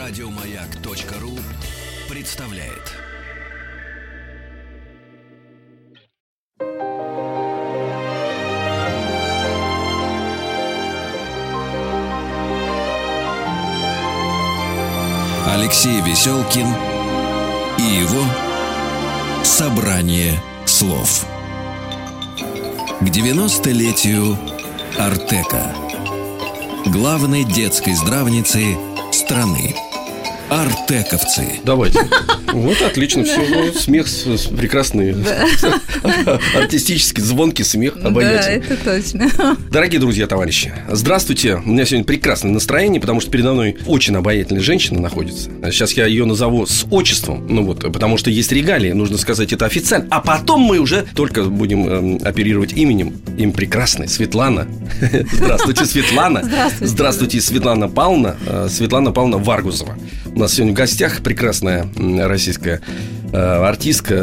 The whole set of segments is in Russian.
Радиомаяк.ру представляет. Алексей Веселкин и его собрание слов. К 90-летию Артека, главной детской здравницы страны. Артековцы. Давайте. Вот отлично, все. Смех прекрасный. Артистический, звонкий смех. Обаятельный. Да, это точно. Дорогие друзья, товарищи, здравствуйте. У меня сегодня прекрасное настроение, потому что передо мной очень обаятельная женщина находится. Сейчас я ее назову с отчеством. Потому что есть регалии, нужно сказать это официально. А потом мы уже только будем оперировать именем. Имя прекрасное. Светлана. Здравствуйте, Светлана. Здравствуйте, Светлана Павловна. Светлана Павловна Варгузова. У нас сегодня в гостях прекрасная российская артистка,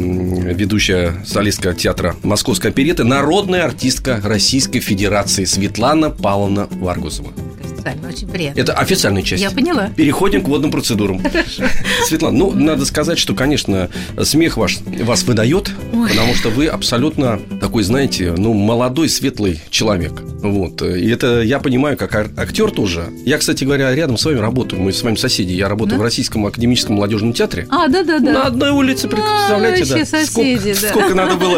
ведущая солистка театра Московской оперетты, народная артистка Российской Федерации Светлана Павловна Варгузова. Очень приятно. Это официальная часть. Я поняла. Переходим к водным процедурам. Светлана, надо сказать, что, конечно, смех вас выдает, потому что вы абсолютно такой, знаете, молодой, светлый человек. Вот. И это я понимаю, как актер тоже. Я, кстати говоря, рядом с вами работаю. Мы с вами соседи. Я работаю в Российском академическом молодежном театре. Да. На одной улице, представляете, вообще соседи, сколько надо было,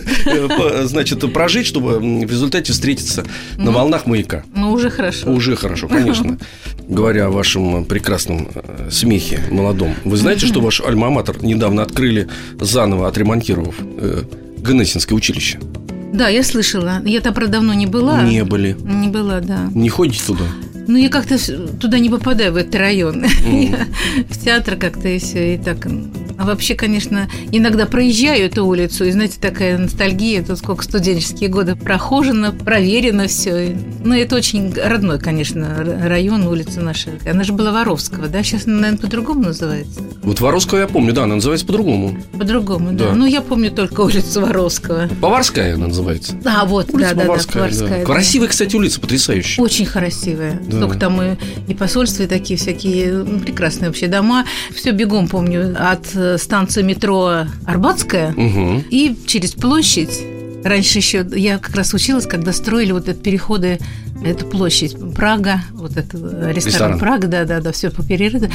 значит, прожить, чтобы в результате встретиться на волнах Маяка. Уже хорошо. Уже хорошо, конечно. Говоря о вашем прекрасном смехе молодом, вы знаете, что ваш альма-матер недавно открыли заново, отремонтировав Гнесинское училище? Да, я слышала. Я там, правда, давно не была. Не были. Не была, да. Не ходите туда? Я как-то туда не попадаю, в этот район. Я в театр как-то и все, и так. А вообще, конечно, иногда проезжаю эту улицу, и, знаете, такая ностальгия, тут сколько студенческие годы прохожено, проверено все. Это очень родной, конечно, район, улица наша. Она же была Воровского, да? Сейчас она, наверное, по-другому называется. Вот Воровского я помню, да, она называется по-другому. По-другому, да. Я помню только улицу Воровского. Поварская она называется. Вот, улица да, Поварская, Поварская. Да. Красивая, кстати, улица, потрясающая. Очень красивая. Да. Столько там и посольства, и такие всякие прекрасные вообще дома. Все бегом помню от станции метро Арбатская и через площадь. Раньше еще я как раз училась, когда строили вот эти переходы, эту площадь Прага, вот этот ресторан Прага, да, все по перерыву.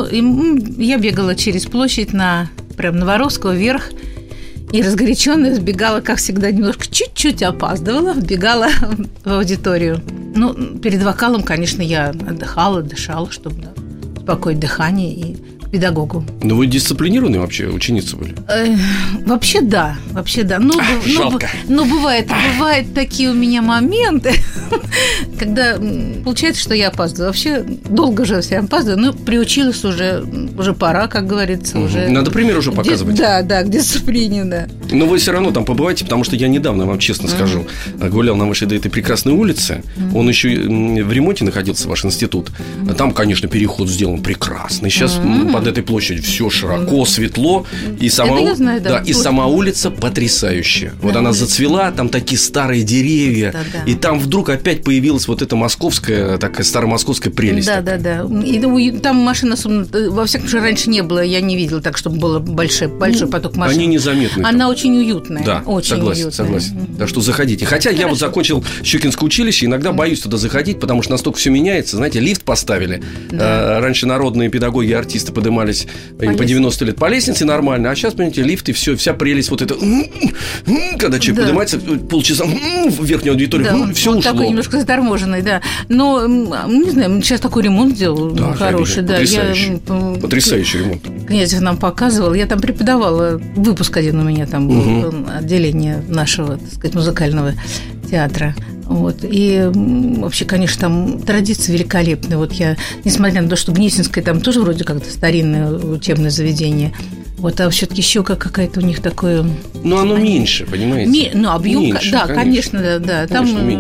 Я бегала через площадь прям на Воровского вверх. И разгорячённая сбегала, как всегда, немножко чуть-чуть опаздывала, вбегала в аудиторию. Перед вокалом, конечно, я отдыхала, дышала, чтобы успокоить дыхание и к педагогу. Вы дисциплинированные вообще ученицы были? Вообще да. Жалко. Бывают такие у меня моменты, когда получается, что я опаздываю. Вообще долго же я опаздываю, приучилась уже пора, как говорится. Уже. Надо пример уже показывать. Да, к дисциплине, да. Но вы все равно там побывайте, потому что я недавно, вам честно скажу, гулял на вашей этой прекрасной улице. Он еще в ремонте находился, ваш институт. Там, конечно, переход сделан прекрасный. Сейчас под этой площадью все широко, светло. И сама улица потрясающая. Вот она зацвела, там такие старые деревья. И там вдруг опять появилась вот эта московская, такая старомосковская прелесть. Да. И там машин особенно, во всяком случае, раньше не было. Я не видела так, чтобы был большой поток машин. Они незаметны. Она очень уютная. Да, очень согласен. Так что заходите. Хотя я вот закончил Щукинское училище, иногда боюсь туда заходить, потому что настолько все меняется. Знаете, лифт поставили. Раньше народные педагоги и артисты поднимались по 90 лет по лестнице нормально, а сейчас, понимаете, лифт и все, вся прелесть вот это. Когда человек поднимается полчаса в верхнюю аудиторию, все ушло. Такой немножко заторможенный, да. Но, не знаю, сейчас такой ремонт сделал хороший. Потрясающий ремонт. Князев нам показывал. Я там преподавала, выпуск один у меня там был, отделение нашего, так сказать, музыкального театра. И вообще, конечно, там традиции великолепные. Я, несмотря на то, что Гнесинское там тоже вроде как-то старинное учебное заведение, а все-таки еще какая-то у них такое... оно меньше, понимаете? Объем, меньше, да, конечно, да. Там меньше.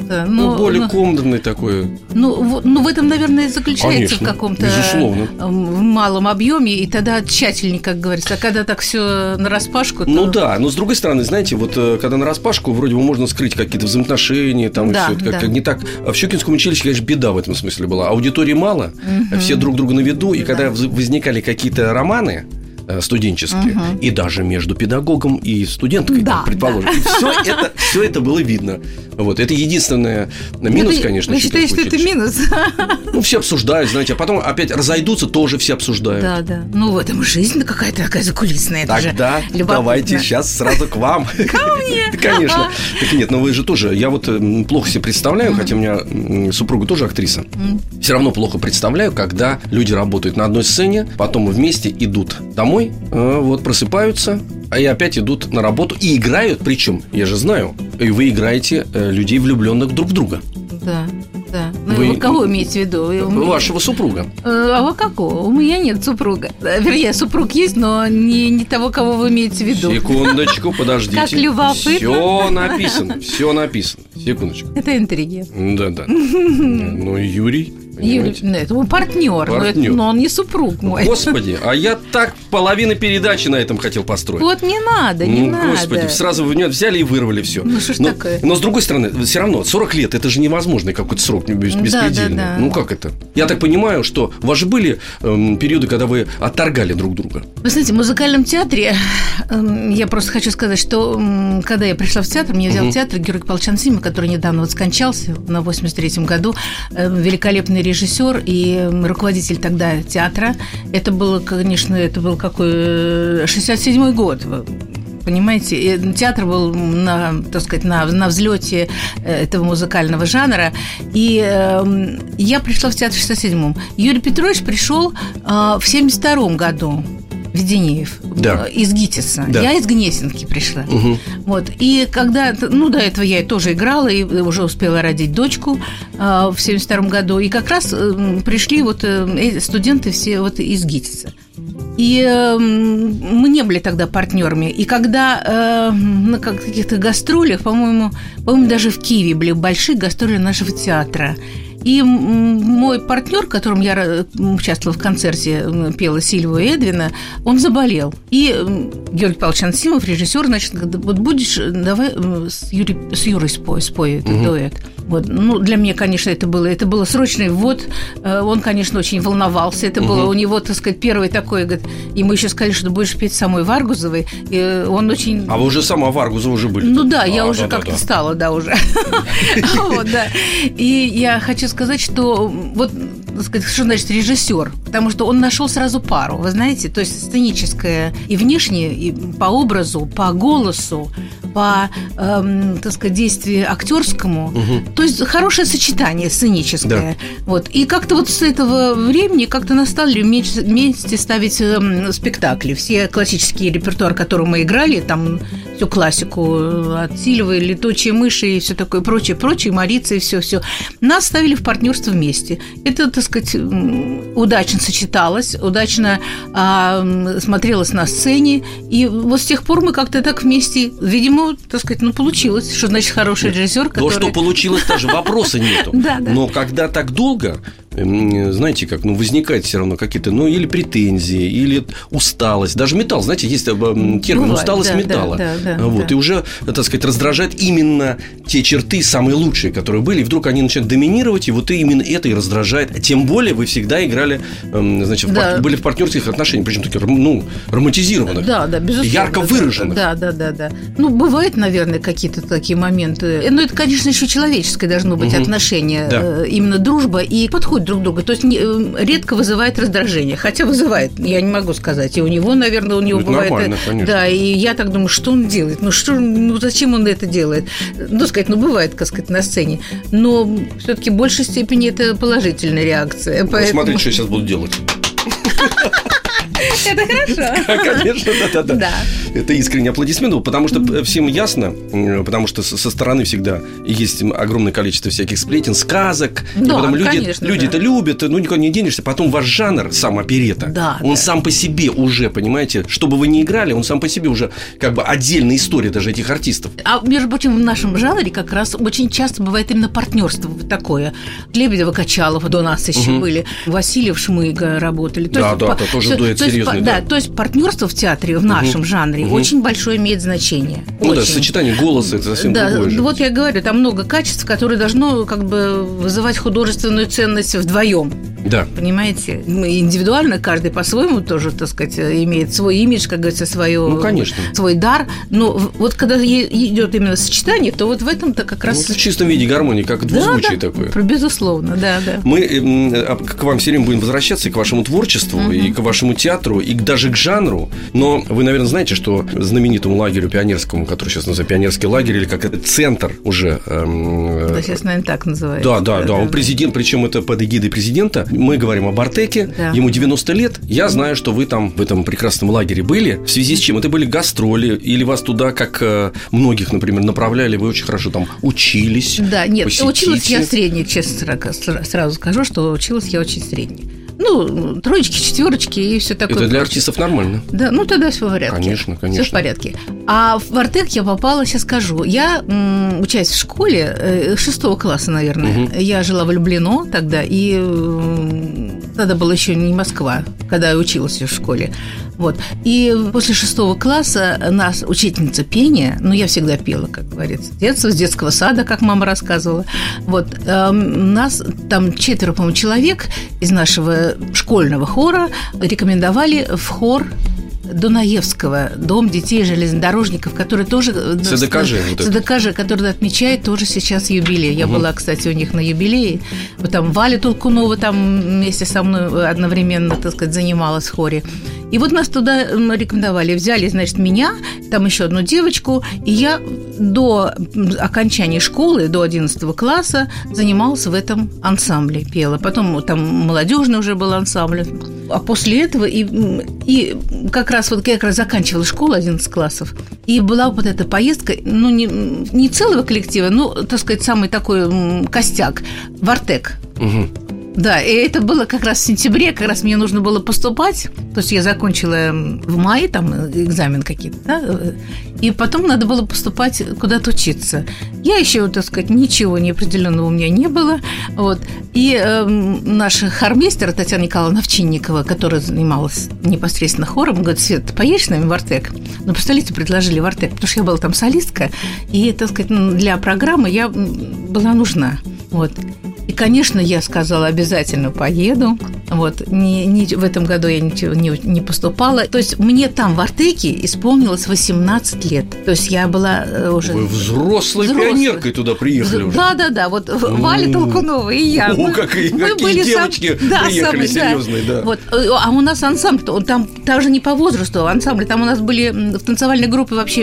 Да. Более комнатный такой. В этом, наверное, и заключается, конечно, в каком-то безусловно. малом объеме, и тогда тщательнее, как говорится. А когда так все нараспашку, то... Ну да, но с другой стороны, знаете, вот когда нараспашку, вроде бы можно скрыть какие-то взаимоотношения, там, да, и все это да. Не так. А в Щукинском училище, конечно, беда в этом смысле была. Аудитории мало, все друг друга на виду, и когда возникали какие-то романы студенческие, и даже между педагогом и студенткой, предположим. Да. Все это было видно. Вот. Это единственный минус, конечно. Вы считаете, что это минус? Все обсуждают, знаете, а потом опять разойдутся, тоже все обсуждают. Да. В этом жизнь какая-то такая закулисная. Тогда давайте сейчас сразу к вам. Ко мне? Конечно. Так нет, но вы же тоже, я вот плохо себе представляю, хотя у меня супруга тоже актриса, все равно плохо представляю, когда люди работают на одной сцене, потом вместе идут домой, просыпаются, и опять идут на работу и играют, причем, я же знаю, и вы играете людей, влюбленных друг в друга. Да. Вы кого имеете в виду? Вашего супруга. А вы какого? У меня нет супруга. Вернее, супруг есть, но не того, кого вы имеете в виду. Секундочку, подождите. Как любопытно. Все написано. Секундочку. Это интриги. Да. Ну, Юрий. Это мой партнер. Но он не супруг мой. Господи, а я так половину передачи на этом хотел построить. Вот не надо. Господи, сразу взяли и вырвали все. Что ж такое? Но с другой стороны, все равно 40 лет это же невозможный какой-то срок беспредельный. Да. Ну как это? Я так понимаю, что у вас же были периоды, когда вы отторгали друг друга. Вы знаете, в музыкальном театре я просто хочу сказать, что когда я пришла в театр, меня взял в театр Георгий Павлович Ансимов, который недавно скончался на 83-м году, великолепный режиссер и руководитель тогда театра. Это был какой 67-й год. Понимаете, и театр был на взлете этого музыкального жанра. И я пришла в театр в 67-м. Юрий Петрович пришел в 72-м году. Веденеев, из ГИТИСа. Да. Я из Гнесинки пришла. И когда... до этого я тоже играла и уже успела родить дочку в 72-м году. И как раз пришли студенты все из ГИТИСа. И мы не были тогда партнерами. И когда на каких-то гастролях, по-моему, даже в Киеве были большие гастроли нашего театра. И мой партнер, которым я участвовала в концерте, пела Сильву и Эдвина, он заболел. И Георгий Павлович Ансимов, режиссер, значит, говорит, будешь, давай с Юрой спой этот дуэт. Для меня, конечно, это было срочный ввод. Он, конечно, очень волновался. Это было у него, так сказать, первый такой, говорит, ему еще сказали, что ты будешь петь самой Варгузовой. И он очень... А вы уже сама Варгузова уже были? Я уже как-то стала, уже. И я хочу сказать, что что значит режиссер? Потому что он нашел сразу пару, вы знаете, то есть сценическое и внешне, и по образу, по голосу, по, действию актерскому. То есть хорошее сочетание сценическое. Да. И как-то с этого времени как-то нас стали вместе ставить спектакли. Все классические репертуар, который мы играли, там всю классику от Сильвы, «Летучие мыши» и все такое прочее, «Марица» и все. Нас ставили в партнерство вместе. Это, удачно сочеталось, удачно смотрелось на сцене. И с тех пор мы как-то так вместе, видимо, получилось. Что значит хороший режиссер, который... что получилось, даже вопроса нету. Но когда так долго, знаете, как, возникает все равно какие-то, или претензии, или усталость. Даже металл, знаете, есть термин усталость металла. И уже, раздражает именно те черты, самые лучшие, которые были, и вдруг они начинают доминировать, и именно это и раздражает. Тем более вы всегда играли, были в партнерских отношениях, причем таких, романтизированных. Безусловно. Ярко выраженных. Да. Бывают, наверное, какие-то такие моменты. Но это, конечно, еще человеческое должно быть отношение, именно дружба и подход друг к другу. То есть редко вызывает раздражение. Хотя вызывает, я не могу сказать. И у него, наверное, это бывает. Нормально, конечно. Да, и я так думаю, что он делает? Зачем он это делает? Бывает, на сцене. Но все-таки в большей степени это положительная реакция. Посмотрите, что я сейчас буду делать. Это хорошо. Конечно, да. Это искренний аплодисмент, потому что всем ясно, потому что со стороны всегда есть огромное количество всяких сплетен, сказок. Да, потом конечно, люди это любят, никуда не денешься. Потом ваш жанр, сам оперетта, он сам по себе уже, понимаете, что бы вы ни играли, он сам по себе уже как бы отдельная история даже этих артистов. А между прочим, в нашем жанре как раз очень часто бывает именно партнерство такое. Лебедева, Качалов до нас еще были, Васильев, Шмыга работали. Да, тоже дуэт серьезный. Да, то есть партнерство в театре, в нашем жанре очень большое имеет значение. Да, сочетание голоса – это совсем другое же. Вот я говорю, там много качеств, которые должно как бы вызывать художественную ценность вдвоем. Да. Понимаете? Индивидуально каждый по-своему тоже, так сказать, имеет свой имидж, как говорится, свой дар. Но вот когда идет именно сочетание, то вот в этом-то как раз... в чистом виде гармонии, как двузвучие такое. Безусловно, да. Мы к вам все время будем возвращаться и к вашему творчеству, и к вашему театру, и даже к жанру. Но вы, наверное, знаете, что знаменитому лагерю пионерскому, который сейчас называется пионерский лагерь, или как это, центр уже... Да, сейчас, наверное, так называется. Да. Он президент, причем это под эгидой президента. Мы говорим об Артеке, ему 90 лет. Я знаю, что вы там в этом прекрасном лагере были. В связи с чем? Это были гастроли? Или вас туда, как многих, например, направляли, вы очень хорошо там учились? Да, нет, училась я средне, честно сразу скажу, что училась я очень средне. Троечки, четверочки и все такое. Это для артистов нормально. Да, тогда все в порядке. Конечно. Все в порядке. А в Артек я попала, сейчас скажу. Я, учась в школе, 6 класса, наверное, я жила в Люблино тогда, и тогда была еще не Москва, когда я училась в школе. Вот. И после 6 класса нас учительница пения, я всегда пела, как говорится, с детского сада, как мама рассказывала. Вот. Нас там 4, по-моему, человек из нашего школьного хора рекомендовали в хор Дунаевского, Дом детей железнодорожников, который тоже... СДКЖ, который отмечает тоже сейчас юбилей. Я была, кстати, у них на юбилее. Вот там Валя Толкунова там вместе со мной одновременно, так сказать, занималась в хоре. И вот нас туда рекомендовали. Взяли, значит, меня, там еще одну девочку, и я до окончания школы, до 11 класса занималась в этом ансамбле, пела. Потом там молодежный уже был ансамбль. А после этого и как раз заканчивала школу 11 классов, и была вот эта поездка, не целого коллектива, так сказать, самый такой костяк в Артек. Да, и это было как раз в сентябре, как раз мне нужно было поступать. То есть я закончила в мае, там экзамен какие-то, да, и потом надо было поступать куда-то учиться. Я еще, так сказать, ничего неопределенного у меня не было. Вот. И наш хормейстер Татьяна Николаевна Овчинникова, которая занималась непосредственно хором, говорит: Свет, поедешь с нами в Артек? Представляете, предложили в Артек, потому что я была там солистка, и, так сказать, для программы я была нужна. Вот. И, конечно, я сказала, обязательно поеду. Вот. В этом году я ничего не поступала. То есть мне там в Артеке исполнилось 18 лет. То есть я была уже... Вы взрослой пионеркой туда приехали уже. Да. Вот Валя Толкунова и я. Какие девочки приехали серьезные, да. Вот. А у нас ансамбль, там даже не по возрасту ансамбль, там у нас были в танцевальной группе вообще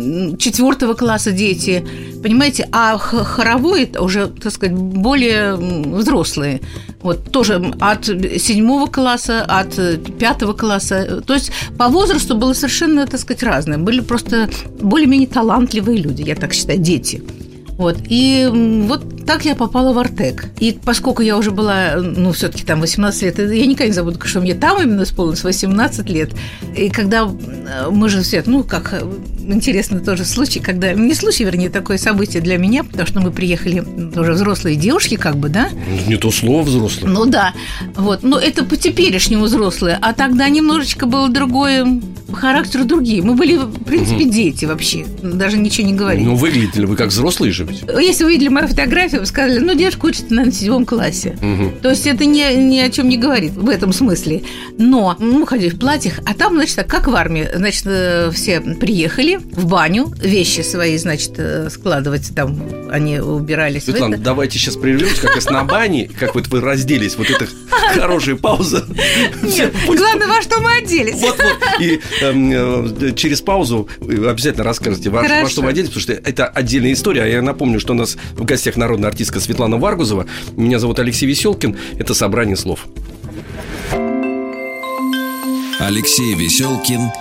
4 класса дети, понимаете, а хоровой уже, так сказать, более взрослые. Вот, тоже от 7 класса, от 5 класса. То есть по возрасту было совершенно, так сказать, разное. Были просто более-менее талантливые люди, я так считаю, дети. Вот. И вот так я попала в Артек. И поскольку я уже была, все-таки там 18 лет, я никогда не забуду, что мне там именно исполнилось 18 лет. И когда мы же все, как интересный тоже случай, когда, не случай, вернее, такое событие для меня, потому что мы приехали уже взрослые девушки, как бы, да? Не то слово взрослые. Да. Вот. Но это по-теперешнему взрослые. А тогда немножечко было другое, по характеру другие. Мы были, в принципе, дети вообще. Даже ничего не говорили. Выглядели вы как взрослые же? Если вы видели мою фотографию, вы сказали, девушка учится, наверное, в 7 классе. То есть это ни о чем не говорит в этом смысле. Но мы ходили в платьях, а там, значит, как в армии, значит, все приехали в баню, вещи свои, значит, складывать, там они убирались. Светлана, давайте сейчас прервемся, как раз на бане, как вот вы разделись, вот это хорошая пауза. Нет, главное, во что мы оделись. Вот. И через паузу обязательно расскажете, во что вы оделись, потому что это отдельная история. А я напомню, что у нас в гостях народная артистка Светлана Варгузова. Меня зовут Алексей Веселкин. Это «Собрание слов». Алексей Веселкин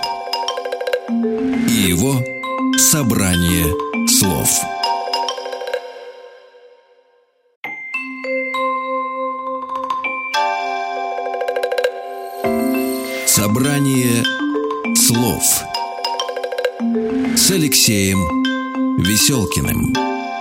и его собрание слов. Собрание слов с Алексеем Веселкиным.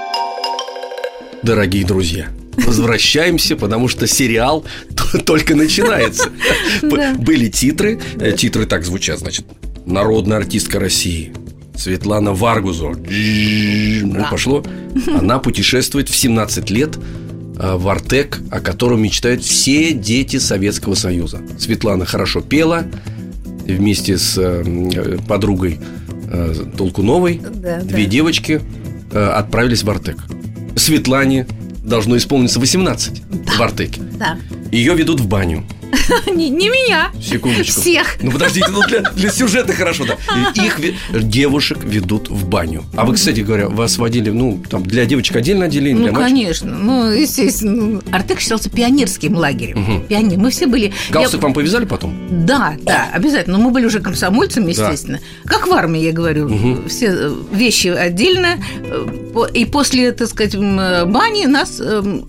Дорогие друзья, возвращаемся, потому что сериал только начинается. Были титры. Титры так звучат, значит: народная артистка России Светлана Варгузо. Пошло. Она путешествует в 17 лет в Артек, о котором мечтают все дети Советского Союза. Светлана хорошо пела вместе с подругой Толкуновой. Две девочки отправились в Артек. Светлане должно исполниться 18 в Артеке. Ее ведут в баню. Не меня. Секундочку. Всех. Ну подождите, для сюжета хорошо, да. Их девушек ведут в баню. А вы, кстати говоря, вас водили, там для девочек отдельное отделение, для мальчиков? Конечно, естественно. Артек считался пионерским лагерем. Пионер. Мы все были. Галстук вам повязали потом? Да, обязательно. Но мы были уже комсомольцами, естественно. Да. Как в армии, я говорю. Все вещи отдельно. И после, так сказать, бани нас...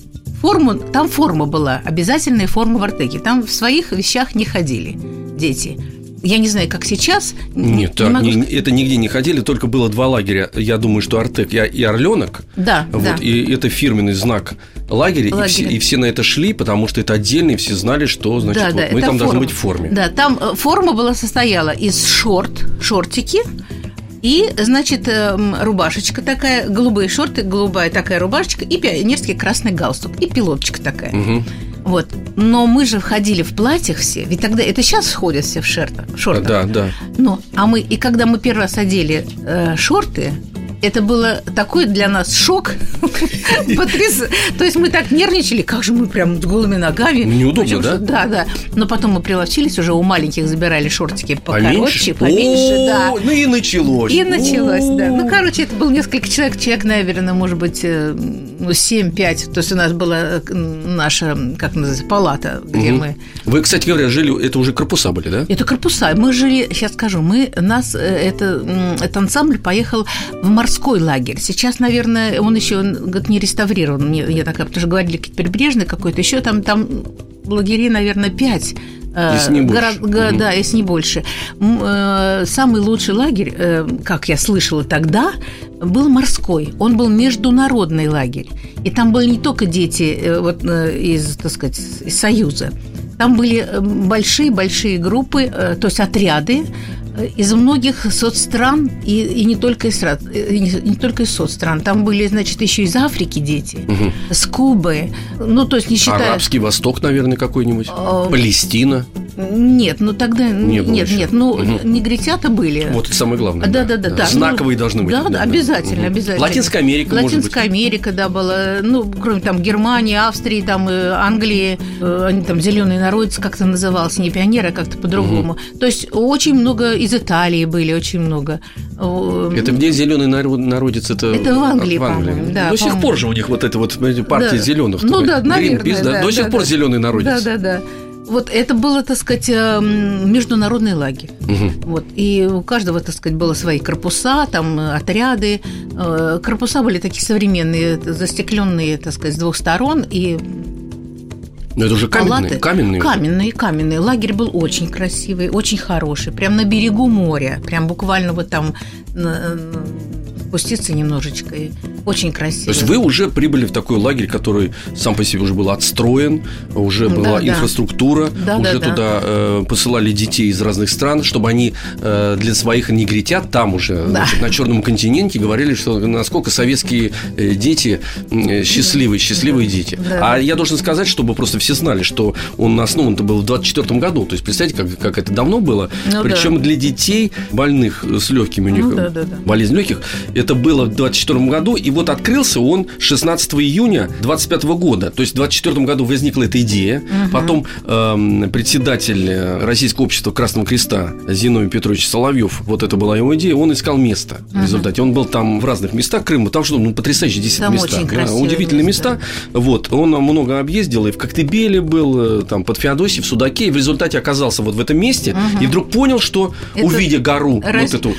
Там форма была, обязательная форма в Артеке. Там в своих вещах не ходили дети. Я не знаю, как сейчас. Нет, это нигде не ходили, только было 2 лагеря. Я думаю, что Артек и Орленок. Да. И это фирменный знак лагеря. И все на это шли, потому что это отдельно, и все знали, что, значит, мы там должны быть в форме. Да, там форма состояла из шортики. И, значит, рубашечка такая, голубые шорты, голубая такая рубашечка и пионерский красный галстук, и пилоточка такая. Вот. Но мы же входили в платьях все, ведь тогда, это сейчас ходят все в шортах. Да. И когда мы первый раз одели шорты, это было такой для нас шок. То есть мы так нервничали, как же мы прям с голыми ногами. Неудобно, да? Да. Но потом мы приловчились, уже у маленьких забирали шортики покороче, поменьше. Да. Ну и началось. Да. Это было несколько человек, наверное, может быть, 7-5. То есть у нас была наша, как называется, палата, где мы... Вы, кстати говоря, жили, это уже корпуса были, да? Это корпуса. Мы жили, сейчас скажу, этот ансамбль поехал в морской лагерь. Сейчас, наверное, он еще не реставрирован. Я такая, потому что говорили, прибрежный какой-то. Еще там лагерей, наверное, 5. Если не больше. Да, если не больше. Самый лучший лагерь, как я слышала тогда, был морской. Он был международный лагерь. И там были не только дети из, так сказать, из Союза. Там были большие группы, то есть отряды из многих соцстран и не только из соцстран. Там были, значит, еще из Африки дети, с Кубы. То есть не считая... Арабский Восток, наверное, какой-нибудь. Палестина. Нет, тогда... Нет. Негритята были. Вот это самое главное. Да. Знаковые должны быть. Да, обязательно. Латинская Америка, может быть. Латинская Америка, да, была. Кроме там Германии, Австрии, там Англии. Они там «Зеленый народец» как-то назывался, не пионеры, а как-то по-другому. То есть очень много из Италии были, очень много. Это где «Зеленый народец»? Это в Англии, по-моему. Да, до сих пор же у них вот эта партия зеленых. Наверное. До сих пор «Зеленый народец». Да. Вот это было, так сказать, международный лагерь. И у каждого, так сказать, было свои корпуса, там отряды. Корпуса были такие современные, застекленные, так сказать, с 2 сторон. Но это уже каменные. Каменные. Лагерь был очень красивый, очень хороший. Прям на берегу моря. Прям буквально там спуститься немножечко. И очень красиво. То есть вы уже прибыли в такой лагерь, который сам по себе уже был отстроен, уже была инфраструктура, туда посылали детей из разных стран, чтобы они для своих негритят там уже, значит, на Черном континенте говорили, что насколько советские дети счастливые дети. А я должен сказать, чтобы просто все знали, что он основан-то был в 24-м году. То есть, представьте, как это давно было. Причем для детей, больных с легкими, у них болезнь легких, это было в 24-м году, и И вот открылся он 16 июня 25 года. То есть в 24 году возникла эта идея. Потом председатель Российского общества Красного Креста Зиновий Петрович Соловьев, вот это была его идея, он искал место. В результате он был там в разных местах Крыма, там что, потрясающие 10 там места. Очень красивые удивительные места. Вот, он много объездил, и в Коктебеле был, там под Феодосией, в Судаке, и в результате оказался вот в этом месте, и вдруг понял, что, это увидя гору, вот эту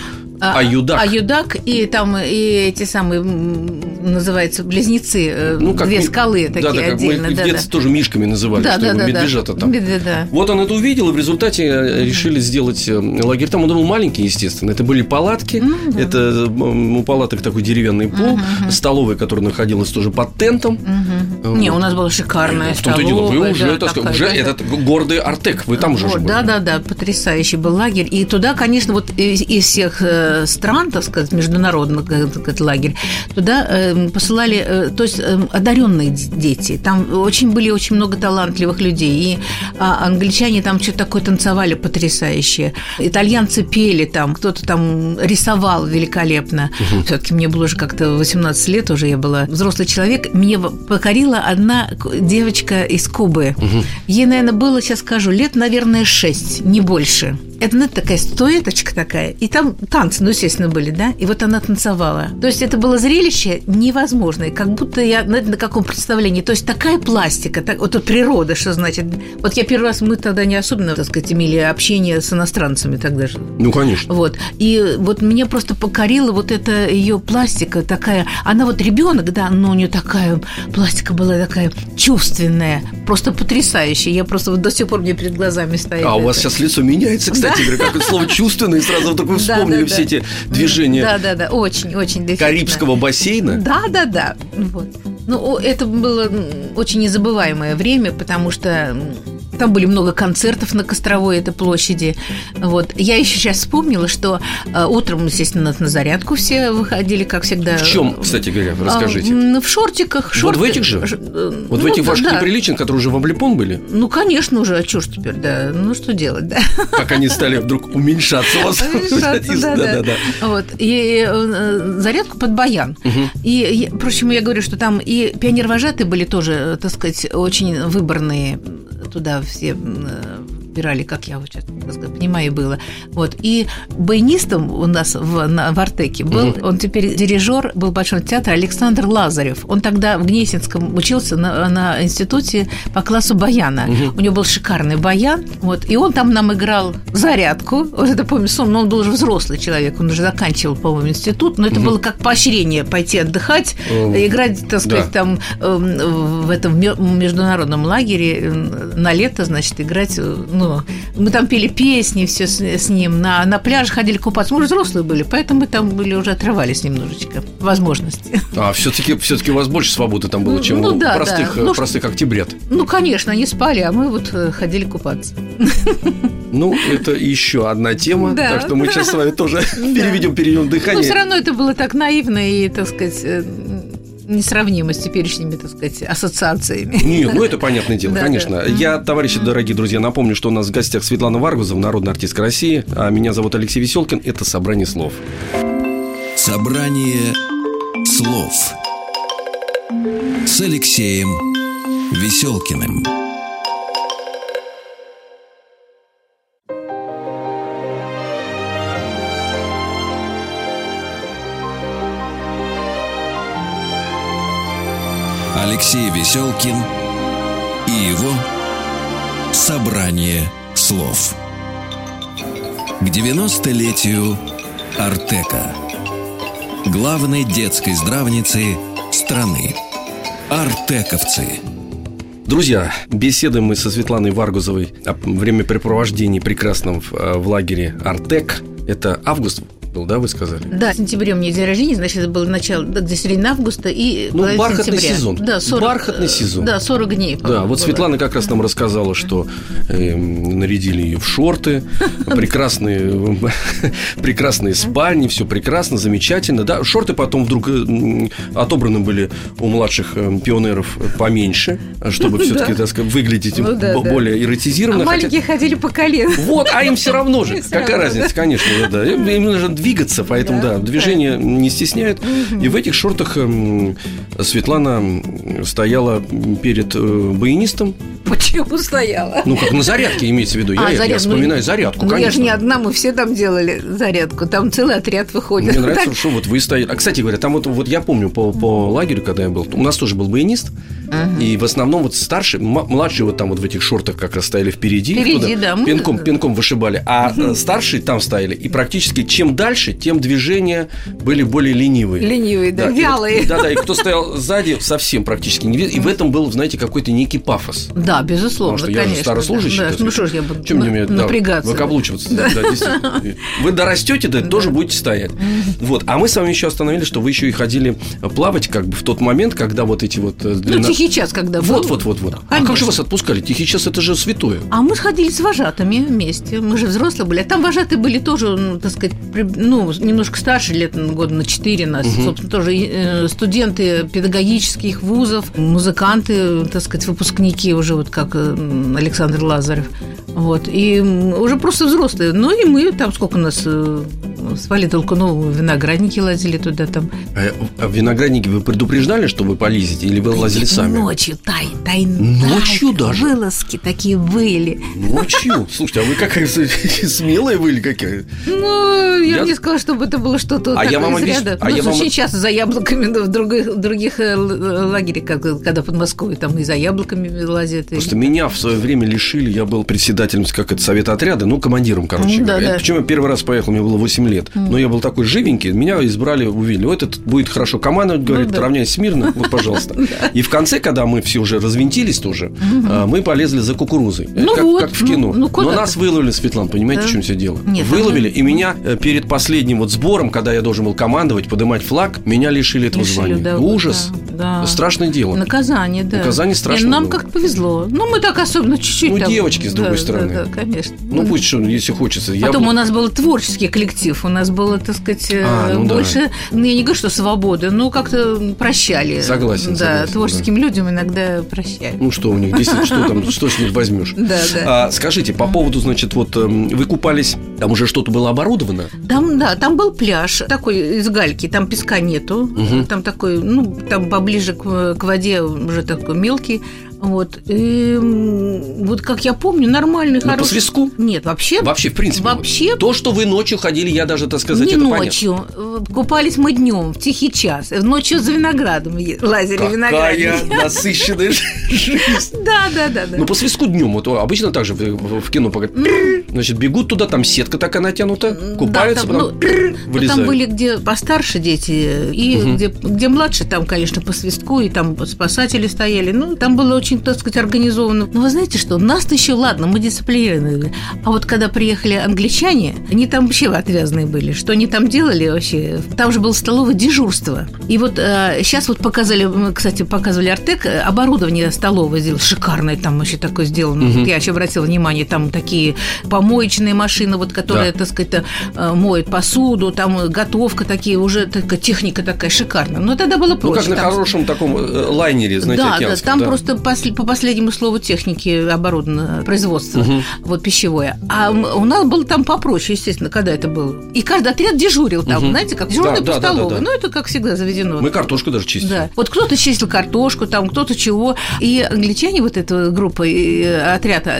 Аюдак, и там и эти самые, называются, близнецы, две скалы такие отдельно. Мы в детстве тоже мишками называли, медвежата там. Вот он это увидел, и в результате решили сделать лагерь. Там он был маленький, естественно. Это были палатки, это у палаток такой деревянный пол, столовая, которая находилась тоже под тентом. Не, у нас была шикарная столовая. Вы уже, этот гордый Артек, вы там уже были. Да, потрясающий был лагерь. И туда, конечно, вот из всех стран, так сказать, международных, этот лагерь, туда посылали, то есть одаренные дети. Там были очень много талантливых людей. И англичане там что-то такое танцевали потрясающее. Итальянцы пели там, кто-то там рисовал великолепно. Все-таки мне было уже как-то 18 лет, уже я была взрослый человек. Мне покорила одна девочка из Кубы. Ей, наверное, было, сейчас скажу, лет, наверное, 6, не больше. Это, такая статуэточка такая, и там танцы, естественно, были, да, и вот она танцевала. То есть это было зрелище невозможное, как будто я, на каком представлении, то есть такая пластика, вот природа, что значит. Вот я первый раз, мы тогда не особенно, так сказать, имели общение с иностранцами тогда же. Конечно. Вот, и вот меня просто покорила вот эта ее пластика такая, она вот ребенок, да, но у нее такая пластика была такая чувственная, просто потрясающая. Я просто вот до сих пор мне перед глазами стоит. У вас сейчас лицо меняется, кстати. Как слово «чувственное», и сразу вдруг вы вспомнили все эти движения очень Карибского бассейна. Да. Вот. Это было очень незабываемое время, потому что там были много концертов на Костровой этой площади. Вот. Я еще сейчас вспомнила, что утром, естественно, на зарядку все выходили, как всегда. В чем, кстати говоря, расскажите? В шортиках. Вот в этих же? Вот в этих ваших неприличных, которые уже в облепон были? Конечно, уже, а что ж теперь, да. Что делать, да. Как они стали вдруг уменьшаться у вас. Да. Вот. И зарядку под баян. И, впрочем, я говорю, что там и пионервожатые были тоже, так сказать, очень выборные. Туда все выбирали, как я вот сейчас понимаю, было. Вот. И баянистом у нас в Артеке был, он теперь дирижер, был Большого театра, Александр Лазарев. Он тогда в Гнесинском учился на институте по классу баяна. У него был шикарный баян, вот, и он там нам играл зарядку. Вот это помню, но он был уже взрослый человек, он уже заканчивал, по-моему, институт, но это было как поощрение пойти отдыхать, играть, так сказать, там в этом международном лагере на лето, значит, играть. Мы там пели песни, все с ним. На пляж ходили купаться. Мы уже взрослые были, поэтому мы там были, уже отрывались немножечко возможности. Все-таки у вас больше свободы там было, чем у простых октябрят. Конечно, они спали, а мы вот ходили купаться. Это еще одна тема, так что мы сейчас с вами тоже переведем дыхание. Но все равно это было так наивно и, так сказать, несравнимо с теперешними, так сказать, ассоциациями. Нет, это понятное дело, конечно. Я, товарищи, дорогие друзья, напомню, что у нас в гостях Светлана Варгузова, народная артистка России, а меня зовут Алексей Веселкин. Это «Собрание слов». «Собрание слов» с Алексеем Веселкиным. Алексей Веселкин и его «Собрание слов». К 90-летию Артека, главной детской здравницы страны. Артековцы. Друзья, беседуем мы со Светланой Варгузовой о времяпрепровождении прекрасном в лагере Артек. Это август был, да, вы сказали? Да, в сентябре у меня день рождения, значит, это было начало, где середина августа и бархатный сентября. сезон. Да, 40, бархатный сезон. Да, 40 дней. Да, вот Светлана как раз нам рассказала, что нарядили ее в шорты, прекрасные спальни, все прекрасно, замечательно. Да, шорты потом вдруг отобраны были у младших пионеров поменьше, чтобы все-таки, так сказать, выглядеть более эротизированно. А маленькие ходили по колену. Вот, а им все равно же. Какая разница, конечно, да. Им нужно двигаться, поэтому, движение не стесняет. И в этих шортах Светлана стояла перед баянистом. Почему стояла? Ну, как на зарядке, имеется в виду. Я вспоминаю зарядку, конечно. Я же не одна, мы все там делали зарядку. Там целый отряд выходит. Мне нравится, что вот вы стояли. А, кстати говоря, там вот я помню по лагерю, когда я был, у нас тоже был баянист. И в основном вот старшие, младшие вот там вот в этих шортах как раз стояли впереди, да, пинком вышибали, а старшие там стояли. И практически чем дальше, тем движения были более ленивые. Ленивые, да, вялые. И кто стоял сзади, совсем практически не видно. И в этом был, знаете, какой-то некий пафос. Да, безусловно, потому что я же старослужащий. Да. Ну что ж, я буду напрягаться. Выкаблучиваться. Да, действительно. Вы дорастете, тоже будете стоять. Вот. А мы с вами еще остановились, что вы еще и ходили плавать как бы в тот момент, когда вот эти вот... Тихий час, когда был. Вот. А как же вас отпускали? Тихий час, это же святое. А мы ходили с вожатыми вместе. Мы же взрослые были. А там вожатые были тоже, так сказать, немножко старше, лет года на 4 нас. Собственно, тоже студенты педагогических вузов, музыканты, так сказать, выпускники уже, вот как Александр Лазарев. Вот. И уже просто взрослые. Ну и мы там, сколько у нас с Валей Толкуновым, виноградники лазили туда там. А виноградники вы предупреждали, что вы полезете, или вы лазили сами? Ночью, тайно. Ночью даже? Вылазки такие были. Ночью? Слушайте, а вы какая смелая были какая? Ну, я не сказала, чтобы это было что-то такое из ряда. Очень часто за яблоками в других лагерях, когда под Москвой, там и за яблоками лазят. Просто меня в свое время лишили, я был председателем, совета отряда, командиром, короче говоря. Причем я первый раз поехал, мне было 8 лет. Но я был такой живенький, меня избрали, увидели. Этот будет хорошо командовать, говорит, равняйся смирно, вот, пожалуйста. И в конце, когда мы все уже развинтились тоже, мы полезли за кукурузой. Как в кино. Но нас выловили, Светлана, понимаете, в чем все дело? Выловили, и меня перед последним вот сбором, когда я должен был командовать, поднимать флаг, меня лишили этого звания. Ужас. Страшное дело. Наказание, да. Наказание страшное. Нам как-то повезло. Мы так особенно чуть-чуть. Девочки, с другой стороны. Да, конечно. Пусть что, если хочется. Потом у нас был творческий коллектив. У нас было, так сказать, больше, я не говорю, что свободы, но как-то прощали. Согласен. Творческим людям иногда прощают. Что у них, что с них возьмешь? Да. Скажите, по поводу, значит, вот вы купались, там уже что-то было оборудовано? Там был пляж такой из гальки, там песка нету, там такой, там поближе к воде уже такой мелкий. Вот. И вот как я помню, нормальный, хороший. По свистку? Нет, вообще. Вообще, в принципе. Вообще. То, что вы ночью ходили, я даже, так сказать, не это ночью. Понятно. Купались мы днем в тихий час. Ночью за виноградом лазили виноградники. Какая насыщенная жизнь. Да. По свистку днем. Вот обычно так же в кино показывают. Значит, бегут туда, там сетка такая натянута, купаются, потом вылезают. Там были где постарше дети, и где младше, там, конечно, по свистку, и там спасатели стояли. Там было очень, так сказать, организовано. Но вы знаете что? Нас-то еще, ладно, мы дисциплинированные. А вот когда приехали англичане, они там вообще отвязные были. Что они там делали вообще? Там же было столовое дежурство. И вот сейчас вот показывали Артек, оборудование столовое сделали. Шикарное там вообще такое сделано. Вот я еще обратила внимание, там такие помоечные машины, вот, которые, так сказать, моют посуду, там готовка такие, уже такая техника такая шикарная. Но тогда было проще. Как на хорошем таком лайнере, знаете, океанском. Да, там просто по последнему слову техники оборудовано производство, вот пищевое. А у нас было там попроще, естественно, когда это было. И каждый отряд дежурил там, знаете, как дежурный по столовой. Да. Это как всегда заведено. Мы картошку даже чистили. Да. Вот кто-то чистил картошку, там кто-то чего. И англичане, вот эта группа, отряд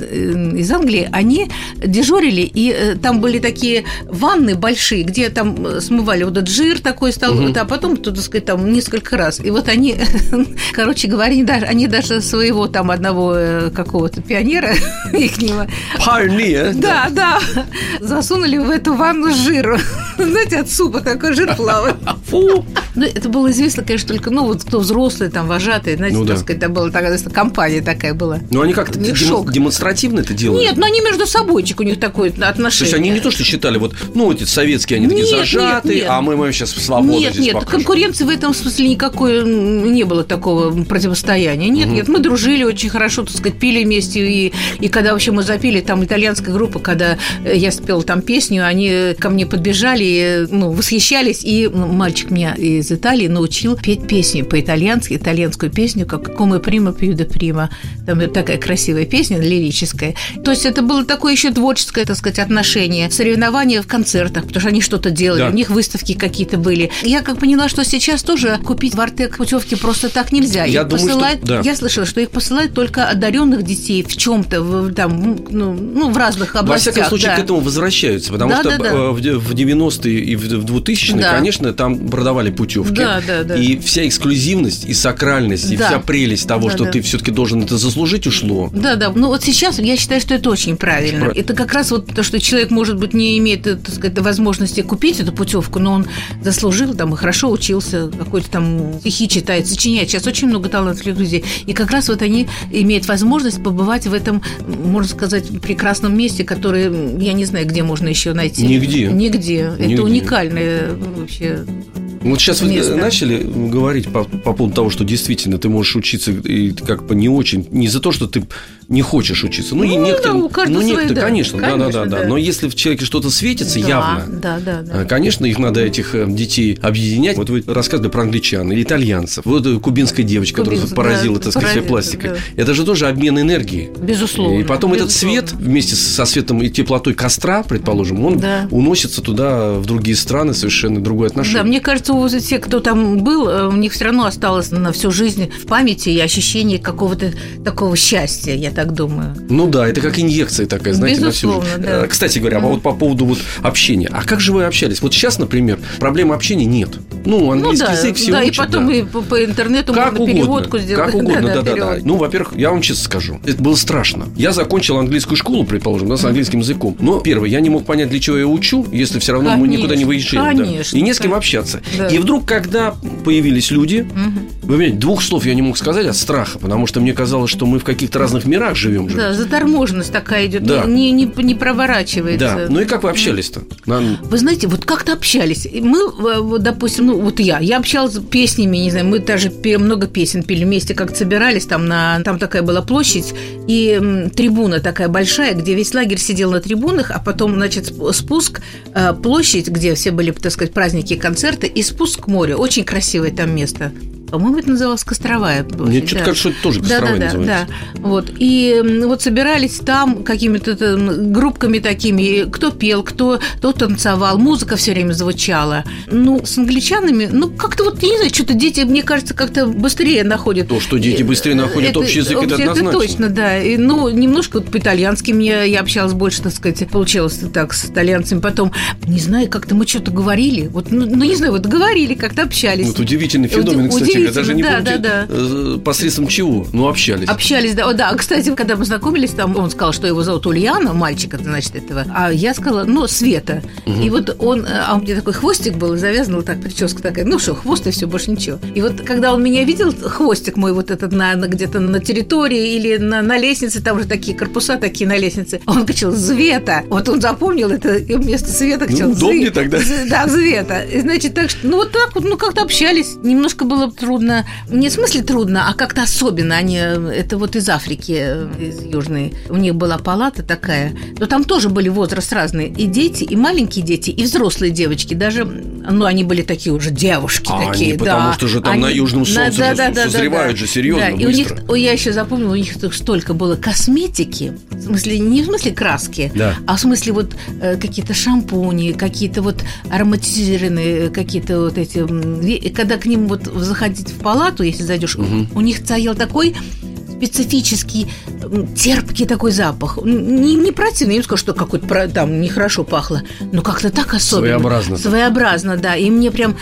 из Англии, они дежурили, и там были такие ванны большие, где там смывали вот этот жир такой стал, а потом, так сказать, там несколько раз. И вот они, короче говоря, они даже своего там одного какого-то пионера ихнего. Pioneer. Да. Засунули в эту ванну с жиром. Знаете, от супа такой жир плавает. Фу. Это было известно, конечно, только, вот кто взрослые, там, вожатые, знаете, так сказать, это была такая компания такая была. Но они как-то демонстративно это делали? Нет, но они между собойчик, у них такое отношение. То есть они не то, что считали, эти советские, они такие зажатые, а мы сейчас свободу здесь покажем. Нет, конкуренции в этом смысле никакой не было такого противостояния. Нет, мы дружили очень хорошо, так сказать, пили вместе, и когда вообще мы запели, там итальянская группа, когда я спела там песню, они ко мне подбежали, восхищались, и мальчик мальчик меня из Италии научил петь песню по-итальянски, итальянскую песню, как «Come prima più di prima». Там такая красивая песня, лирическая. То есть это было такое еще творческое, так сказать, отношение, соревнования в концертах, потому что они что-то делали, да. У них выставки какие-то были. Я как поняла, что сейчас тоже купить в Артек путевки просто так нельзя. Я слышала, что их посылают только одаренных детей в чем-то, там, в разных областях. Во всяком случае, к этому возвращаются, потому что в 90-е и в 2000-е, конечно, там продавали путевки. И вся эксклюзивность, и сакральность, и вся прелесть того, что ты все-таки должен это заслужить, ушло. Ну вот сейчас я считаю, что это очень правильно. Это как раз вот то, что человек, может быть, не имеет, так сказать, возможности купить эту путевку, но он заслужил там и хорошо учился, какой-то там стихи читает, сочиняет. Сейчас очень много талантливых людей. И как раз вот они имеют возможность побывать в этом, можно сказать, прекрасном месте, которое, я не знаю, где можно еще найти. Нигде. Это уникальное вообще. Вот сейчас вы начали говорить по поводу того, что действительно ты можешь учиться и как бы не очень, не за то, что ты не хочешь учиться. Некоторые, конечно, да. Но если в человеке что-то светится явно, конечно, их надо, этих детей, объединять. Вот вы рассказывали про англичан или итальянцев. Вот кубинская девочка, которая поразила, так сказать, своей пластикой. Да. Это же тоже обмен энергией. Безусловно. И потом этот свет вместе со светом и теплотой костра, предположим, он уносится туда, в другие страны, совершенно другое отношение. Да, мне кажется, те, кто там был, у них все равно осталось на всю жизнь в памяти и ощущение какого-то такого счастья, я так думаю. Ну да, это как инъекция такая, знаете, безусловно, на всю жизнь. Да. Кстати говоря, вот по поводу вот общения. А как же вы общались? Вот сейчас, например, проблемы общения нет. Английский язык все учат. И потом и по интернету как можно переводку сделать. Как угодно, да. Во-первых, я вам честно скажу, это было страшно. Я закончил английскую школу, предположим, с английским языком. Но, первое, я не мог понять, для чего я учу, если все равно мы никуда не выезжаем. Конечно. И не с кем общаться. Да. И вдруг, когда появились люди, вы понимаете, 2 слов я не мог сказать от страха, потому что мне казалось, что мы в каких-то разных мирах живем. Да, заторможенность такая идет, не проворачивается. Да. И как вы общались-то? Вы знаете, вот как-то общались. Мы, допустим, я общалась песнями, не знаю, мы даже много песен пели вместе, как собирались, там такая была площадь, и трибуна такая большая, где весь лагерь сидел на трибунах, а потом, значит, спуск, площадь, где все были, так сказать, праздники, концерты, и спуск к морю. Очень красивое там место. По-моему, это называлось Костровая площадь. Мне что-то кажется, что это тоже Костровая называется. Да. Вот. И вот собирались там какими-то группками такими, кто пел, кто танцевал, музыка все время звучала. С англичанами, как-то вот, не знаю, что-то дети, мне кажется, как-то быстрее находят. То, что дети быстрее находят общий язык, это однозначно. Это точно, да. И, немножко вот по-итальянски я общалась больше, так сказать, получилось так с итальянцами. Потом, не знаю, как-то мы что-то говорили. Вот, не знаю, вот говорили, как-то общались. Вот удивительный феномен, кстати. Я даже не помню, посредством чего, общались. Общались, да. Кстати, когда мы знакомились, там он сказал, что его зовут Ульяна, мальчика, значит, этого. А я сказала, Света. И вот он, у меня такой хвостик был, завязан вот так, прическа такая. Хвост и все, больше ничего. И вот когда он меня видел, хвостик мой вот этот где-то на территории или на лестнице, там же такие корпуса такие на лестнице, он кричал «Звета». Вот он запомнил это, и вместо Света кричал удобнее тогда. Да, Звета. И, значит, так что, вот так вот, как-то общались. Немножко было трудно. Не в смысле трудно, а как-то особенно. Это вот из Африки, из Южной. У них была палата такая. Но там тоже были возраст разные. И дети, и маленькие дети, и взрослые девочки. Даже, они были такие уже девушки такие. Потому что же там на Южном Солнце созревают же серьезно, быстро. И у них, я еще запомнила, у них столько было косметики. В смысле, не в смысле краски, а в смысле вот какие-то шампуни, какие-то вот ароматизированные, какие-то вот эти. И когда к ним вот заходить в палату, если зайдешь, у них стоял такой специфический, терпкий такой запах. Не противно, я им скажу, что какой-то там нехорошо пахло, но как-то так особенно. Своеобразно, да. И мне прям,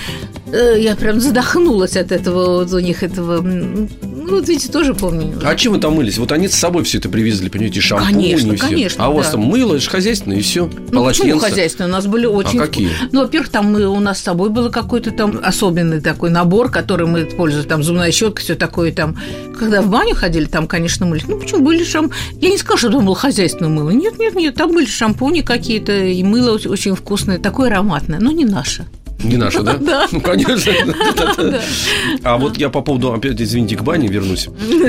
я прям задохнулась от этого, вот у них этого. Вот видите, тоже помню. А чем вы там мылись? Вот они с собой все это привезли, понимаете, шампунь. Конечно. А у вас там мыло, это же хозяйственное, и все. Почему хозяйственное? У нас были очень. А какие? Во-первых, там у нас с собой был какой-то там особенный такой набор, который мы использовали, там зубная щетка, все такое там. Когда в баню ходили, там, конечно, мылись. Почему были Я не скажу, что там было хозяйственное мыло. Нет, там были шампуни какие-то, и мыло очень вкусное, такое ароматное, но не наше. Не наша, да? Да. Ну, конечно. А вот я по поводу, опять, извините, к бане вернусь.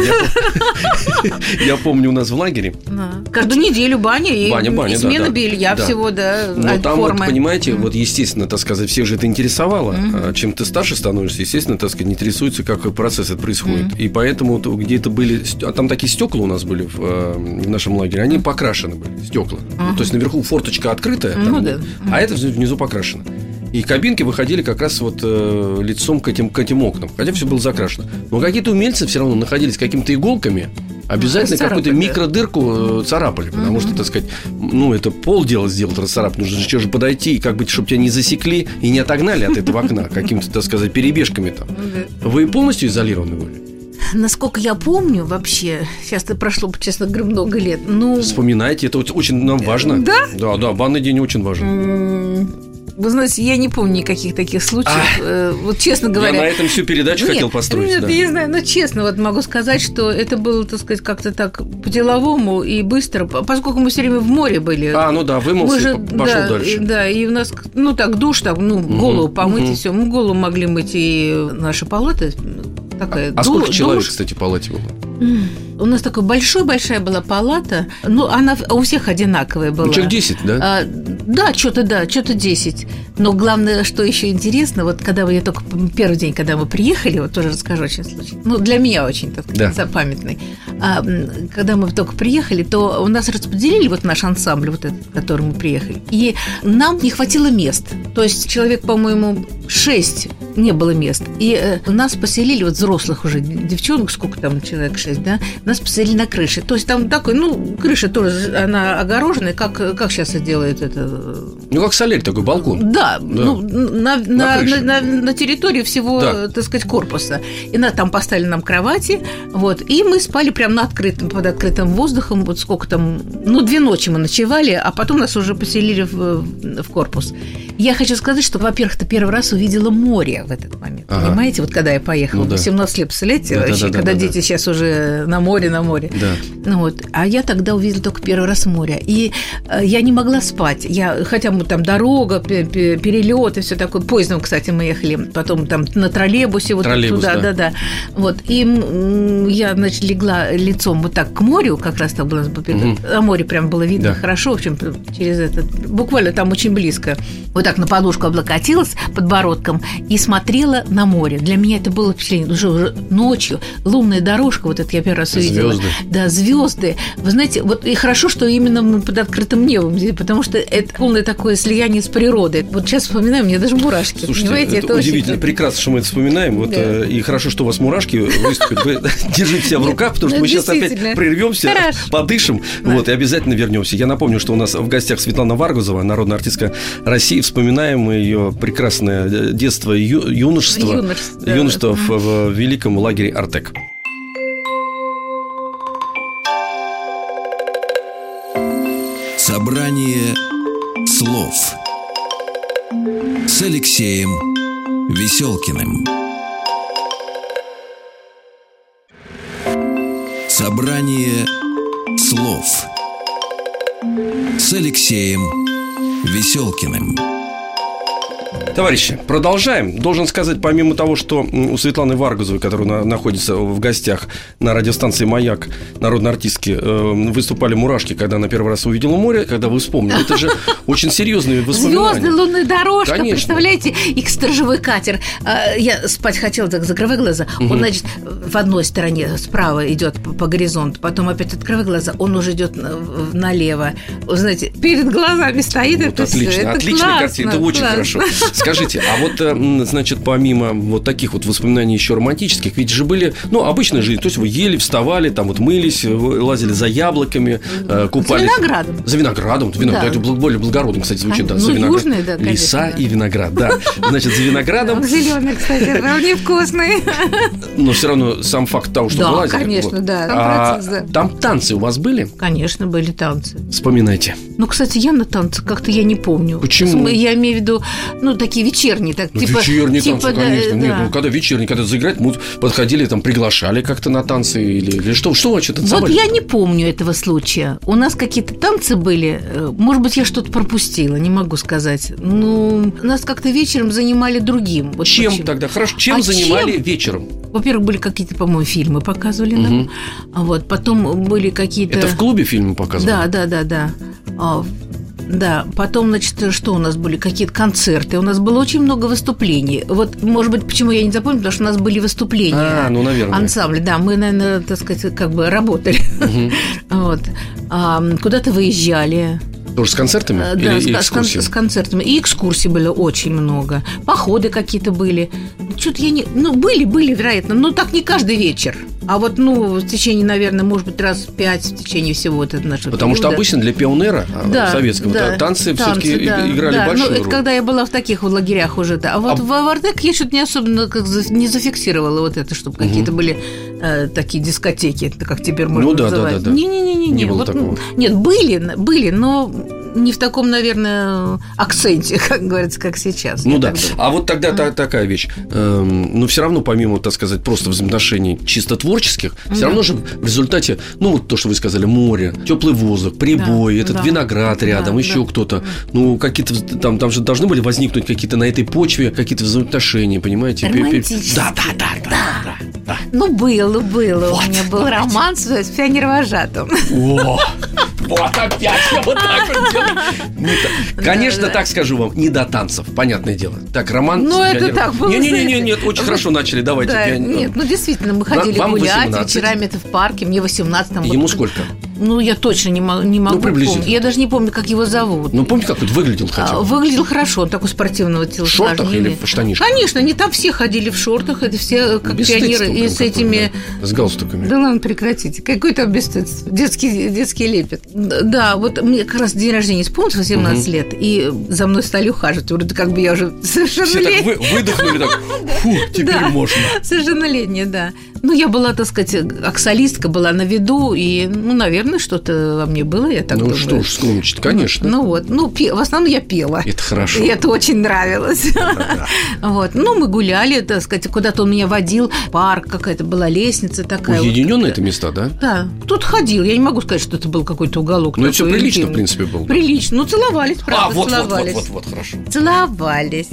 Я помню, у нас в лагере. Каждую неделю баня и смена белья всего, да. Но там, вот, понимаете, вот, естественно, так сказать, всех же это интересовало. Чем ты старше становишься, естественно, так сказать, интересуется, как процесс это происходит. И поэтому где-то были... Там такие стекла у нас были в нашем лагере. Они покрашены были, стекла. То есть наверху форточка открытая, а это внизу покрашено. И кабинки выходили как раз вот лицом к этим окнам. Хотя все было закрашено. Но какие-то умельцы все равно находились с какими-то иголками. Обязательно какую-то микродырку царапали. Потому что, так сказать, это полдела сделать, расцарапать. Нужно же же подойти, как бы, чтобы тебя не засекли и не отогнали от этого окна какими-то, так сказать, перебежками там. Вы полностью изолированы были? Насколько я помню, вообще, сейчас это прошло, честно говоря, много лет. Вспоминайте, это очень нам важно. Да? Да, банный день очень важен. Вы знаете, я не помню никаких таких случаев. Вот честно говоря. Я на этом всю передачу хотел построить. Нет, я не знаю, но честно вот могу сказать, что это было, так сказать, как-то так по-деловому и быстро, поскольку мы все время в море были. Вымылся, пошел дальше. Да, и у нас, душ, голову помыть и все. Мы голову могли мыть, и наша палата такая. А сколько человек, кстати, в палате было? У нас такая большая была палата. Она у всех одинаковая была. Человек 10, да? Да, что-то 10. Но главное, что еще интересно, вот когда я только первый день, когда мы приехали, вот тоже расскажу очень случай. Для меня очень, так сказать, запамятный. Когда мы только приехали, то у нас распределили вот наш ансамбль, вот этот, в который мы приехали. И нам не хватило мест. То есть человек, по-моему, 6 не было мест. И нас поселили, вот взрослых уже девчонок, сколько там, человек 6, да, нас поселили на крыше. То есть там такой, крыша тоже, она огороженная, как сейчас это делает это... как солярь, такой балкон. Да. На территории всего, так сказать, корпуса. И там поставили нам кровати, вот, и мы спали прямо под открытым воздухом, вот сколько там, 2 ночи мы ночевали, а потом нас уже поселили в корпус. Я хочу сказать, что, во-первых, ты первый раз увидела море в этот момент, понимаете, вот когда я поехала, 18 лет, представляете, когда дети сейчас уже на море. Да. А я тогда увидела только первый раз море, и я не могла спать, хотя мы там дорога, перелет и все такое, поездом, кстати, мы ехали, потом там на троллейбусе вот туда, да. Вот, и я, значит, легла лицом вот так к морю, как раз там было, а море прям было видно хорошо, в общем, через это, буквально там очень близко. Вот так на подушку облокотилась подбородком и смотрела на море. Для меня это было впечатление. Уже ночью лунная дорожка, вот это я первый раз увидела. Звезды. Да, звезды. Вы знаете, вот и хорошо, что именно мы под открытым небом здесь, потому что это полное такое слияние с природой. Вот сейчас вспоминаю, мне даже мурашки. Слушайте, понимаете? Это удивительно, прекрасно, что мы это вспоминаем. Вот, и хорошо, что у вас мурашки выступят. Вы держите себя в руках, потому что мы сейчас опять прервемся, подышим, и обязательно вернемся. Я напомню, что у нас в гостях Светлана Варгузова, народная артистка России. Вспоминаем мы ее прекрасное детство и юношество в великом лагере «Артек». Собрание слов с Алексеем Веселкиным. Собрание слов с Алексеем Веселкиным. Товарищи, продолжаем. Должен сказать, помимо того, что у Светланы Варгузовой, которая находится в гостях на радиостанции «Маяк», народной артистки, выступали мурашки, когда она первый раз увидела море, когда вы вспомнили. Это же очень серьезные воспоминания. Звезды, лунная дорожка, конечно. Представляете, и сторожевой катер. Я спать хотела, так закрывай глаза. Он, значит, в одной стороне справа идет по горизонту, потом опять открывай глаза, он уже идет налево. Вы знаете, перед глазами стоит это отлично, все. Это отличная картина, это очень хорошо. Скажите, а вот, значит, помимо вот таких вот воспоминаний еще романтических, ведь же были, обычная жизнь, то есть вы ели, вставали, там вот мылись, лазили за яблоками, купались. За виноградом. Да. Это более благородно, кстати, звучит. Да, за виноград. Южный, да, леса и виноград, да. Значит, за виноградом. Он зеленый, кстати, вполне вкусный. Но все равно сам факт того, что лазили. Да, конечно, да. Там танцы у вас были? Конечно, были танцы. Вспоминайте. Кстати, я на танцы как-то я не помню. Почему? Я имею в виду, ну, такие вечерние. Так, Ну, типа, вечерние танцы, да, конечно. да. Нет, ну, когда вечерние, когда заиграть, мы подходили, там, приглашали как-то на танцы или что? Что вообще танцевали? Вот я не помню этого случая. У нас какие-то танцы были. Может быть, я что-то пропустила, не могу сказать. Ну, нас как-то вечером занимали другим. Вот чем почему. тогда? Хорошо, чем занимали вечером? Во-первых, были какие-то, по-моему, фильмы показывали нам. А вот потом были какие-то... Это в клубе фильмы показывали? Да. Да, потом, значит, что у нас были? Какие-то концерты. У нас было очень много выступлений. Вот, может быть, почему я не запомнила, потому что у нас были выступления. Ну, наверное. Ансамбли, да. Мы, наверное, так сказать, как бы работали. Вот. Куда-то выезжали. Тоже с концертами? Да, или экскурсиями? с концертами. И экскурсий было очень много. Походы какие-то были. Что-то я не... Ну, были, вероятно. Но так не каждый вечер. А вот, в течение, наверное, может быть, раз 5 в течение всего вот этого нашего Потому периода. что обычно для пионера советского танцы все-таки играли большую роль. Это когда я была в таких вот лагерях уже. А вот в Артек я что-то не особенно не зафиксировала вот это, чтобы какие-то были такие дискотеки, как теперь можно называть. Да. Не было вот, такого. Нет, были, но не в таком, наверное, акценте, как говорится, как сейчас. Ну да. А вот тогда такая вещь. Но все равно, помимо, так сказать, просто взаимоотношений чисто творческих, все равно же в результате, вот то, что вы сказали, море, теплый воздух, прибой, этот виноград рядом, еще кто-то. Ну, какие-то там же должны были возникнуть какие-то на этой почве какие-то взаимоотношения, понимаете? Романтические. Да. Ну, было. Вот, у меня был роман с пионервожатым. Вот опять я вот так вот делаю. Конечно, так скажу вам, не до танцев, понятное дело. Так, роман. Ну, это так было. Нет, очень хорошо начали, давайте. Нет, действительно, мы ходили гулять вечерами, это в парке, мне 18. Ему сколько? Я точно не могу приблизительно. помнить. Я даже не помню, как его зовут. Помните, как он выглядел хотя бы? Выглядел хорошо, он такой спортивного телосложения. В шортах или в штанишках? Конечно, не там все ходили в шортах, это все как пионеры. И с этими... С галстуками. Да ладно, прекратите. Какой там бесстыдство. Детский лепет. Да, вот мне как раз день рождения исполнилось 18 лет, и за мной стали ухаживать. Вроде как бы я уже совершеннолетняя. Все так выдохнули, так, теперь можно. Совершеннолетняя, да. Я была, так сказать, аксолистка, была на виду, и, наверное, что-то во мне было, я так думаю. Что уж скромничать, конечно. В основном я пела. Это хорошо. И это очень нравилось. Вот. Мы гуляли, так сказать, куда-то он меня водил, парк, какая-то была лестница такая. Уединенные это места, да? Да. Тут ходил, я не могу сказать, что это был какой-то уголок. Это все прилично, в принципе, было. Прилично. Целовались, правда, целовались. Вот, хорошо. Целовались.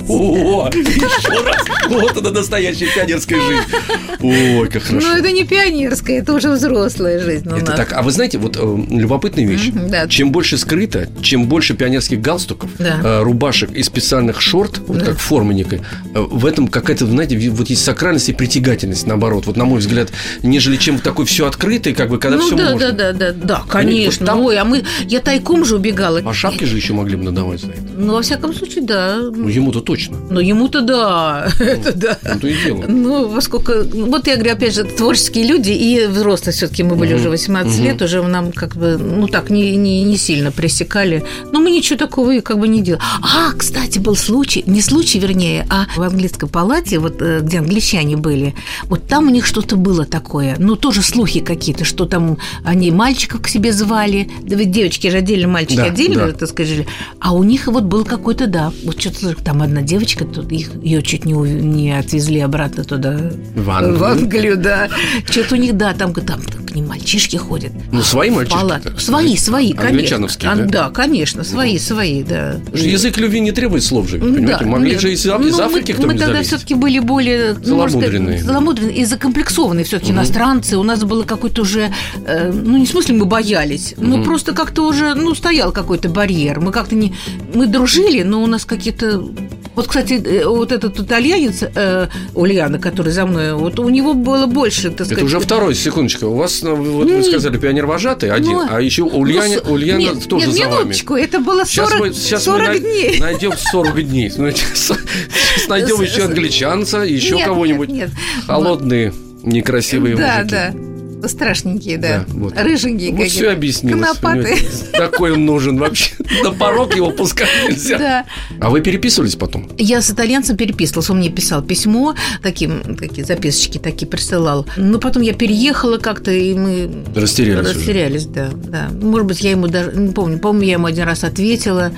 Еще раз. Вот она настоящая пионерская жизнь. Ой, как хорошо. Это не пионерская, это уже взрослая жизнь у нас. Это так. А вы знаете, вот любопытная вещь. Да. Чем больше скрыто, чем больше пионерских галстуков, рубашек и специальных шорт, как формы некой, в этом какая-то, знаете, вот есть сакральность и притягательность, наоборот, вот на мой взгляд, нежели чем такой все открытый, как бы, когда все можно. Да, конечно. Там... я тайком же убегала. А шапки же еще могли бы надавать за это. Во всяком случае, да. Ему-то точно. Ему-то да. Это да. То и дело. Поскольку... Вот я говорю, опять же, творческие люди и взрослые все-таки мы были уже 18 лет, уже нам как бы, так не сильно пресекали. Но мы ничего такого как бы не делали. Кстати, был случай, не случай, вернее, а в английской палате, вот где англичане были, вот там у них что-то было такое, тоже слухи какие-то, что там они мальчиков к себе звали, да ведь девочки же отдельно, мальчики отдельно, так сказать, жили. А у них вот был какой-то, вот что-то там одна девочка, ее чуть не отвезли обратно туда, в Англию, да. Что-то у них, там к ним мальчишки ходят. Свои мальчишки? Свои, конечно. Англичановские, да? Да, конечно, свои, да. Язык любви не требует слов же, понимаете? Могли же из Африки кто-нибудь Мы тогда все-таки были более целомудренные и закомплексованные все-таки иностранцы. У нас было какой-то уже, не в смысле мы боялись, но просто как-то уже, стоял какой-то барьер. Мы как-то мы дружили, но у нас какие-то... Вот, кстати, вот этот итальянец Ульяна, который за мной, вот у него было больше, так сказать... Это уже второй, секундочку. У вас, вы сказали, пионер-вожатый один, а еще Ульяна тоже за вами. Минуточку, это было 40 дней. Найдем 40 дней. Сейчас найдем еще англичанца, еще кого-нибудь. Нет. Холодные, некрасивые мужики. Да. Страшненькие, да. Рыженькие какие-то. Все объяснилось. Такой он нужен вообще. На порог его пускать нельзя. Да. А вы переписывались потом? Я с итальянцем переписывалась. Он мне писал письмо, такие записочки такие присылал. Но потом я переехала как-то, и мы... Растерялись, да. Может быть, я ему даже... Не помню. По-моему, я ему один раз ответила.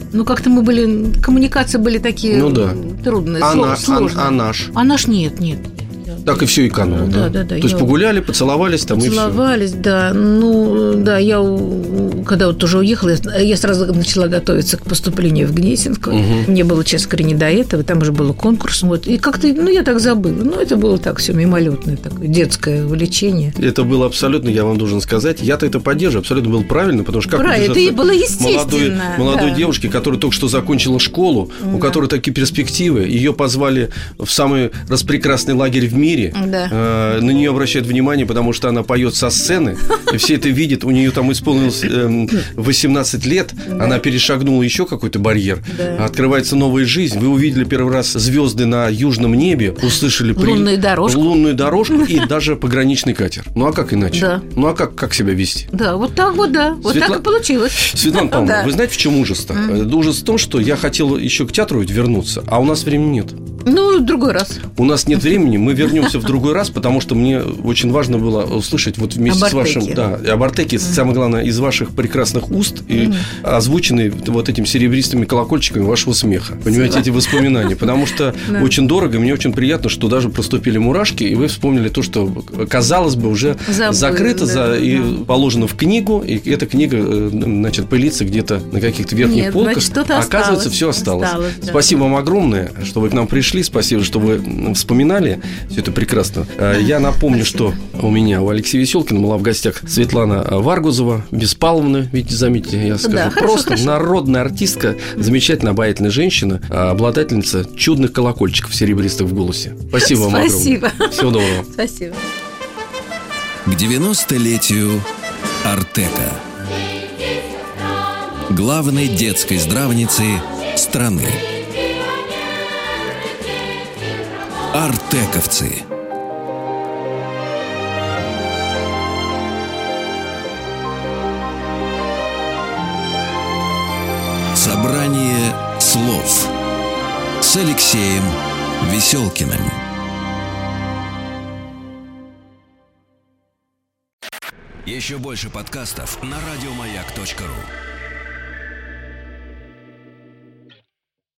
Ну, как-то мы были... Коммуникации были такие трудные, сложные. А наш? А наш нет. Так и все и кануло, да? Да. То есть погуляли, поцеловались там и все. Поцеловались, да. Ну, да, я когда вот уже уехала, я сразу начала готовиться к поступлению в Гнесинскую. Мне было, честно говоря, не до этого, там уже был конкурс. Вот. И как-то, я так забыла. Это было так все мимолетное, такое детское увлечение. Это было абсолютно, я вам должен сказать, я-то это поддерживаю, абсолютно было правильно, потому что как правильно, это и было естественно. Молодой девушке, которая только что закончила школу, у которой такие перспективы, ее позвали в самый распрекрасный лагерь в мире. На нее обращают внимание, потому что она поет со сцены, и все это видят. У нее там исполнилось 18 лет, она перешагнула еще какой-то барьер, открывается новая жизнь. Вы увидели первый раз звезды на южном небе, услышали лунную дорожку и даже пограничный катер. Ну а как иначе? Да. Ну а как себя вести? Да, вот так вот, да. Вот так и получилось. Светлана Павловна, вы знаете, в чем ужас-то? Ужас в том, что я хотел еще к театру вернуться, а у нас времени нет. В другой раз. У нас нет времени, мы вернемся в другой раз, потому что мне очень важно было услышать вот вместе с вашим... об Артеке, самое главное, из ваших прекрасных уст и озвученный вот этими серебристыми колокольчиками вашего смеха. Понимаете, эти воспоминания. Потому что очень дорого, мне очень приятно, что даже проступили мурашки, и вы вспомнили то, что, казалось бы, уже закрыто и положено в книгу, и эта книга, значит, пылится где-то на каких-то верхних полках. А оказывается, все осталось. Спасибо вам огромное, что вы к нам пришли. Спасибо, что вы вспоминали все это прекрасно. Я напомню, что у меня, у Алексея Веселкина была в гостях Светлана Варгузова, Беспаловна, видите, заметьте, я скажу, просто народная артистка, замечательная, обаятельная женщина, обладательница чудных колокольчиков серебристых в голосе. Спасибо вам огромное. Спасибо. Всего доброго. Спасибо. К 90-летию Артека, главной детской здравницы страны. Артековцы. Собрание слов с Алексеем Веселкиным. Еще больше подкастов на радиомаяк.ру.